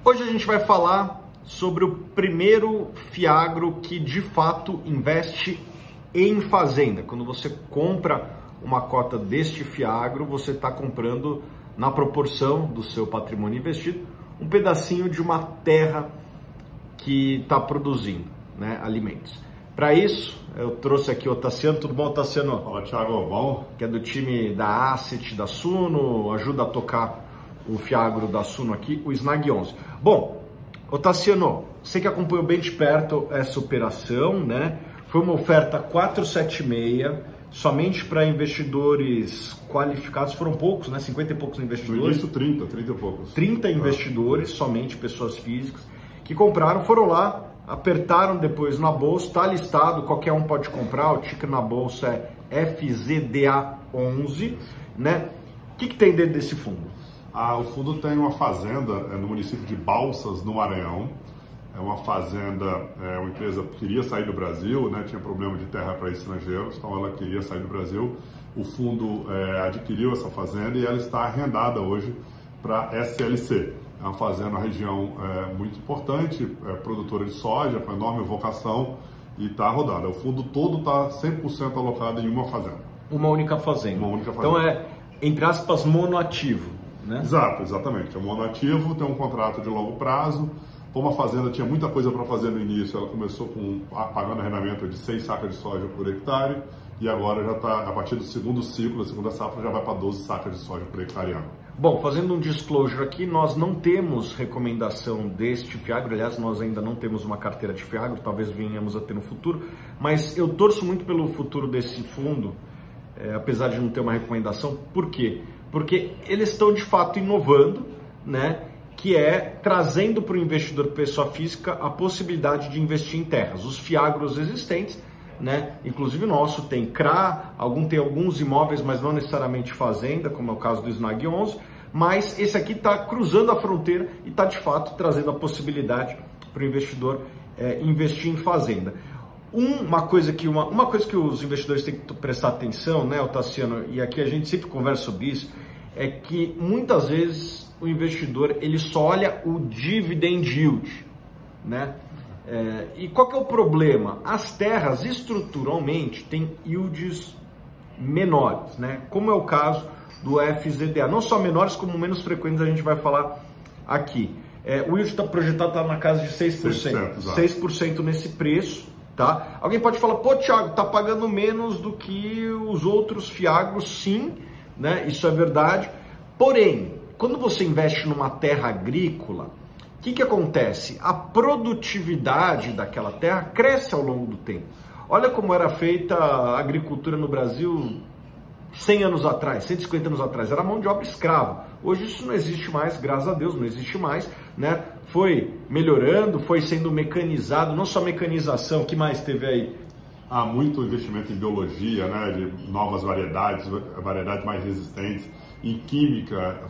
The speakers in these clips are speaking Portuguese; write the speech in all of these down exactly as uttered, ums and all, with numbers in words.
Hoje a gente vai falar sobre o primeiro fiagro que de fato investe em fazenda. Quando você compra uma cota deste fiagro, você está comprando na proporção do seu patrimônio investido um pedacinho de uma terra que está produzindo, né, alimentos. Para isso, eu trouxe aqui o Tassiano. Tudo bom, Tassiano? Fala, Thiago, bom? Que é do time da Asset, da Suno, ajuda a tocar o fiagro da Suno aqui, o Snag onze. Bom, ô Tassiano, você que acompanhou bem de perto essa operação, né? Foi uma oferta quatrocentos e setenta e seis, somente para investidores qualificados, foram poucos, né? cinquenta e poucos investidores. No início, trinta, trinta e poucos. trinta investidores, somente pessoas físicas, que compraram, foram lá, apertaram depois na bolsa, está listado, qualquer um pode comprar, o ticker na bolsa é F Z D A onze, né? O que, que tem dentro desse fundo? Ah, o fundo tem uma fazenda é, no município de Balsas, no Maranhão. É uma fazenda, é, uma empresa que queria sair do Brasil, né? Tinha problema de terra para estrangeiros, então ela queria sair do Brasil. O fundo é, adquiriu essa fazenda e ela está arrendada hoje para S L C. É uma fazenda, uma região é, muito importante, é, produtora de soja, com enorme vocação e está rodada. O fundo todo está cem por cento alocado em uma fazenda. Uma única fazenda. Uma única fazenda. Então é, entre aspas, monoativo, né? Exato, exatamente. É um monoativo, tem um contrato de longo prazo. Como a fazenda tinha muita coisa para fazer no início, ela começou com pagando arrendamento de seis sacas de soja por hectare e agora já está, a partir do segundo ciclo, da segunda safra, já vai para doze sacas de soja por hectare ano. Bom, fazendo um disclosure aqui, nós não temos recomendação deste fiagro, aliás, nós ainda não temos uma carteira de fiagro, talvez venhamos a ter no futuro, mas eu torço muito pelo futuro desse fundo, é, apesar de não ter uma recomendação. Por quê? Porque eles estão de fato inovando, né? Que é trazendo para o investidor pessoa física a possibilidade de investir em terras. Os fiagros existentes, né? Inclusive o nosso tem C R A, algum, tem alguns imóveis, mas não necessariamente fazenda, como é o caso do Snag onze, mas esse aqui está cruzando a fronteira e está de fato trazendo a possibilidade para o investidor é, investir em fazenda. Uma coisa, que, uma, uma coisa que os investidores têm que prestar atenção, né, Tassiano, e aqui a gente sempre conversa sobre isso, é que muitas vezes o investidor ele só olha o dividend yield, né? É, e qual que é o problema? As terras estruturalmente têm yields menores, né? Como é o caso do F Z D A, não só menores como menos frequentes, a gente vai falar aqui. É, o yield está projetado tá na casa de seis por cento, seis por cento nesse preço, tá? Alguém pode falar, pô, Thiago, tá pagando menos do que os outros fiagros, sim, né? Isso é verdade. Porém, quando você investe numa terra agrícola, o que, que acontece? A produtividade daquela terra cresce ao longo do tempo. Olha como era feita a agricultura no Brasil cem anos atrás, cento e cinquenta anos atrás. Era mão de obra escrava. Hoje isso não existe mais, graças a Deus, não existe mais, né? Foi melhorando, foi sendo mecanizado, não só mecanização, o que mais teve aí? Há muito investimento em biologia, né, de novas variedades, variedades mais resistentes, em química,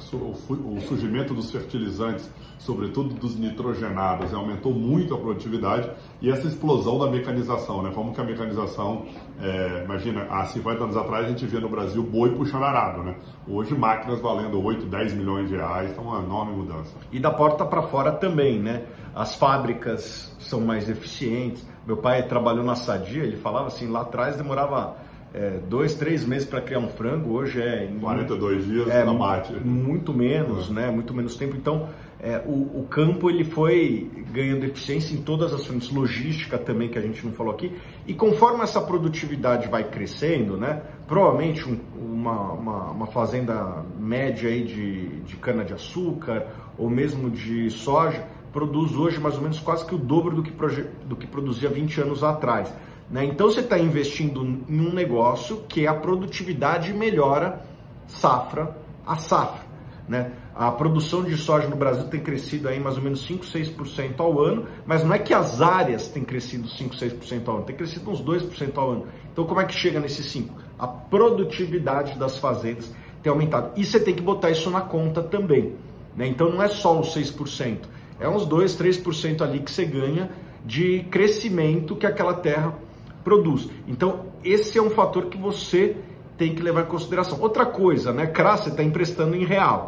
o surgimento dos fertilizantes, sobretudo dos nitrogenados, aumentou muito a produtividade e essa explosão da mecanização, né? Como que a mecanização, é, imagina, há cinquenta anos atrás a gente via no Brasil boi puxando arado, né? Hoje máquinas valendo oito, dez milhões de reais, então é uma enorme mudança. E da porta para fora também, né? As fábricas são mais eficientes. Meu pai trabalhou na Sadia, ele falava assim, lá atrás demorava é, dois, três meses para criar um frango, hoje é... Em quarenta e dois dias é, na mate. Muito menos, é. né? Muito menos tempo. Então, é, o, o campo ele foi ganhando eficiência em todas as frentes, logística também, que a gente não falou aqui. E conforme essa produtividade vai crescendo, né? Provavelmente um, uma, uma, uma fazenda média aí de, de cana-de-açúcar ou mesmo de soja, produz hoje mais ou menos quase que o dobro do que, do que produzia vinte anos atrás, né? Então você está investindo em um negócio que a produtividade melhora safra a safra, né? A produção de soja no Brasil tem crescido aí mais ou menos cinco, seis por cento ao ano, mas não é que as áreas têm crescido cinco, seis por cento ao ano, tem crescido uns dois por cento ao ano. Então como é que chega nesses cinco? A produtividade das fazendas tem aumentado. E você tem que botar isso na conta também, né? Então não é só os seis por cento. É uns dois, três por cento ali que você ganha de crescimento que aquela terra produz. Então, esse é um fator que você tem que levar em consideração. Outra coisa, né? C R A você está emprestando em real,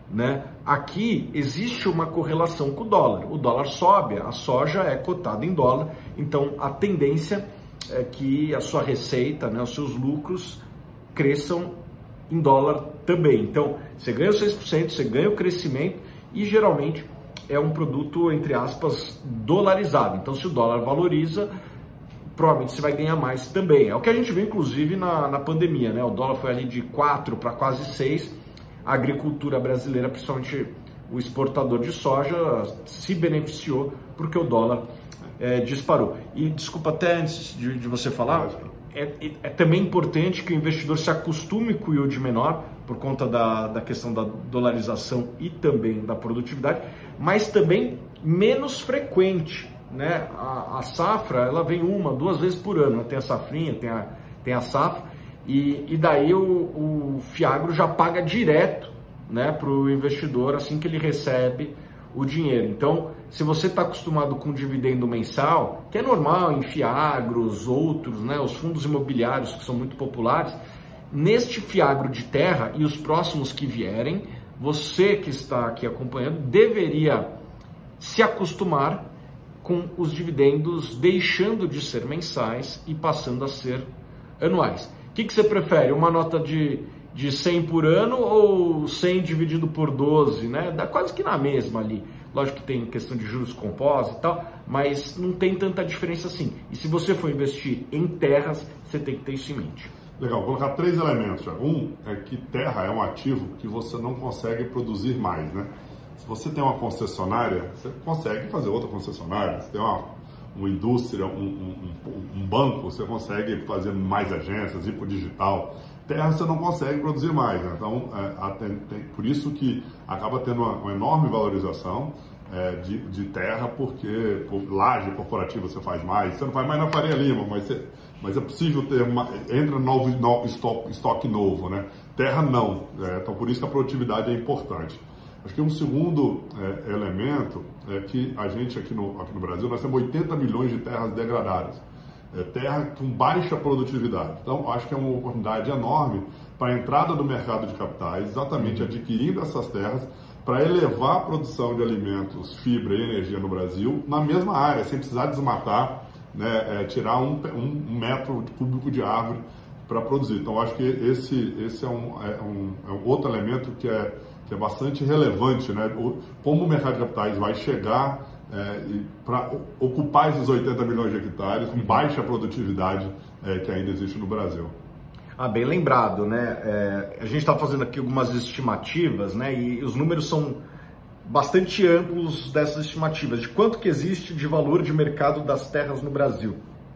né? Aqui existe uma correlação com o dólar. O dólar sobe, a soja é cotada em dólar, então a tendência é que a sua receita, né, os seus lucros cresçam em dólar também. Então você ganha os seis por cento, você ganha o crescimento e geralmente é um produto, entre aspas, dolarizado. Então se o dólar valoriza, provavelmente você vai ganhar mais também. É o que a gente viu inclusive na, na pandemia, né? O dólar foi ali de quatro para quase seis. A agricultura brasileira, principalmente o exportador de soja, se beneficiou porque o dólar é, disparou. E desculpa até antes de, de você falar, é, é, é também importante que o investidor se acostume com o yield menor, por conta da, da questão da dolarização e também da produtividade, mas também menos frequente, né? A, a safra, ela vem uma, duas vezes por ano, né? Tem a safrinha, tem a, tem a safra, e, e daí o, o Fiagro já paga direto, né, para o investidor assim que ele recebe o dinheiro. Então, se você está acostumado com dividendo mensal, que é normal em Fiagros, outros, né, os fundos imobiliários que são muito populares, neste Fiagro de terra e os próximos que vierem, você que está aqui acompanhando deveria se acostumar com os dividendos deixando de ser mensais e passando a ser anuais. O que, que você prefere? Uma nota de, de cem por ano ou cem dividido por doze, né? Dá quase que na mesma ali. Lógico que tem questão de juros compostos e tal, mas não tem tanta diferença assim. E se você for investir em terras, você tem que ter isso em mente. Legal, vou colocar três elementos. Um é que terra é um ativo que você não consegue produzir mais, né? Se você tem uma concessionária, você consegue fazer outra concessionária. Se tem uma, uma indústria, um, um, um banco, você consegue fazer mais agências, ir para o digital. Terra você não consegue produzir mais, né? Então, é, tem, tem, por isso que acaba tendo uma, uma enorme valorização é, de, de terra, porque por laje corporativa você faz mais, você não faz mais na Faria Lima, mas, você, mas é possível ter, uma, entra novo, novo estoque, estoque novo, né? Terra não, é, então por isso que a produtividade é importante. Acho que um segundo é, elemento é que a gente aqui no, aqui no Brasil, nós temos oitenta milhões de terras degradadas. É, terra com baixa produtividade. Então, acho que é uma oportunidade enorme para a entrada do mercado de capitais, exatamente adquirindo essas terras para elevar a produção de alimentos, fibra e energia no Brasil na mesma área, sem precisar desmatar, né, é, tirar um, um, um metro cúbico de árvore para produzir. Então, acho que esse, esse é, um, é, um, é um outro elemento que é, que é bastante relevante, né? O, como o mercado de capitais vai chegar É, para ocupar esses oitenta milhões de hectares com baixa produtividade é, que ainda existe no Brasil. Ah, bem lembrado, né? É, a gente está fazendo aqui algumas estimativas, né? E os números são bastante amplos dessas estimativas, de quanto que existe de valor de mercado das terras no Brasil.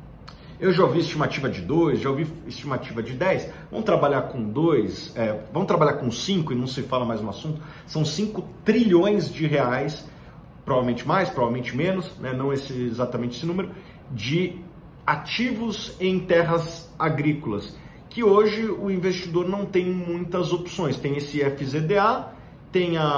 Eu já ouvi estimativa de dois, já ouvi estimativa de dez. Vamos trabalhar com dois, é, vamos trabalhar com cinco e não se fala mais no assunto. São cinco trilhões de reais, provavelmente mais, provavelmente menos, né? Não esse, exatamente esse número, de ativos em terras agrícolas, que hoje o investidor não tem muitas opções. Tem esse F Z D A, tem a,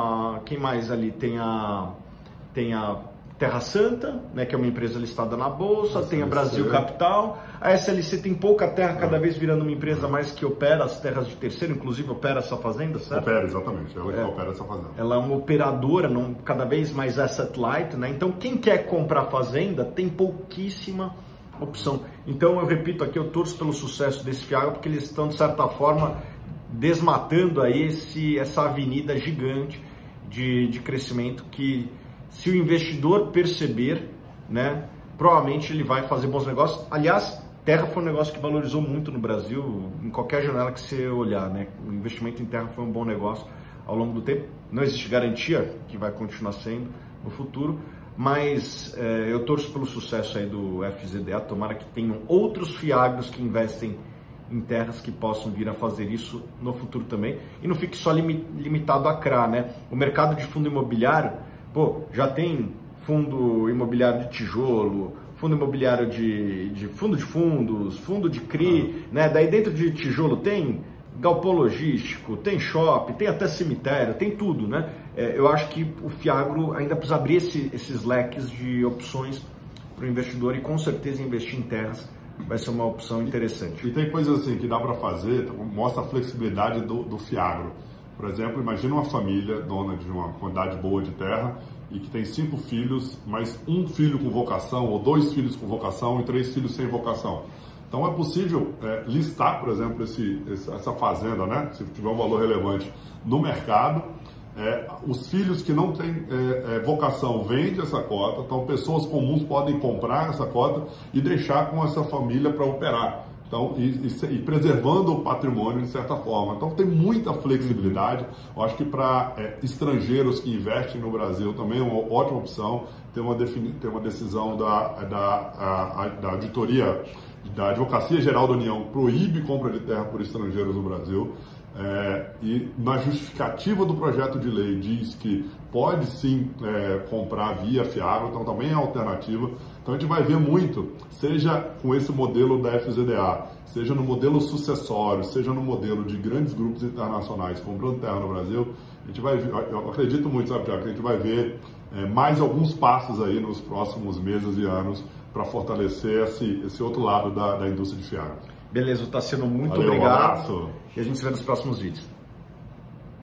a quem mais ali? Tem a, tem a Terra Santa, né, que é uma empresa listada na Bolsa, tem a Brasil Capital, a S L C tem pouca terra, cada vez virando uma empresa mais que opera as terras de terceiro, inclusive opera essa fazenda, certo? Opera, exatamente, ela que é, opera essa fazenda. Ela é uma operadora, não, cada vez mais asset light, né? Então quem quer comprar fazenda tem pouquíssima opção. Então eu repito aqui, eu torço pelo sucesso desse Fiagro, porque eles estão de certa forma desmatando aí esse, essa avenida gigante de, de crescimento que, se o investidor perceber, né, provavelmente ele vai fazer bons negócios. Aliás, terra foi um negócio que valorizou muito no Brasil, em qualquer janela que você olhar, né? O investimento em terra foi um bom negócio ao longo do tempo. Não existe garantia que vai continuar sendo no futuro, mas é, eu torço pelo sucesso aí do F Z D A. Tomara que tenham outros Fiagros que investem em terras que possam vir a fazer isso no futuro também. E não fique só limitado a C R A, né? O mercado de fundo imobiliário, pô, já tem fundo imobiliário de tijolo, fundo imobiliário de, de fundo de fundos, fundo de C R I, ah. né? Daí dentro de tijolo tem galpão logístico, tem shopping, tem até cemitério, tem tudo, né? É, eu acho que o Fiagro ainda precisa abrir esse, esses leques de opções para o investidor e com certeza investir em terras vai ser uma opção interessante. E, e tem coisas assim que dá para fazer, mostra a flexibilidade do, do Fiagro. Por exemplo, imagina uma família dona de uma quantidade boa de terra e que tem cinco filhos, mas um filho com vocação, ou dois filhos com vocação e três filhos sem vocação. Então é possível é, listar, por exemplo, esse, essa fazenda, né, se tiver um valor relevante no mercado. É, os filhos que não têm é, é, vocação vendem essa cota, então pessoas comuns podem comprar essa cota e deixar com essa família para operar. Então, e, e, e preservando o patrimônio de certa forma. Então tem muita flexibilidade. Eu acho que para é, estrangeiros que investem no Brasil também é uma ótima opção. Tem uma, defini- tem uma decisão da, da, a, a, da auditoria, da Advocacia Geral da União, proíbe compra de terra por estrangeiros no Brasil. É, e na justificativa do projeto de lei diz que pode sim é, comprar via Fiagro, então também é alternativa. Então a gente vai ver muito, seja com esse modelo da F Z D A, seja no modelo sucessório, seja no modelo de grandes grupos internacionais comprando terra no Brasil, a gente vai ver, eu acredito muito, sabe, Tiago, que a gente vai ver é, mais alguns passos aí nos próximos meses e anos para fortalecer esse, esse outro lado da, da indústria de Fiagro. Beleza, Tassiano, muito Valeu, obrigado. Um abraço. E a gente se vê nos próximos vídeos.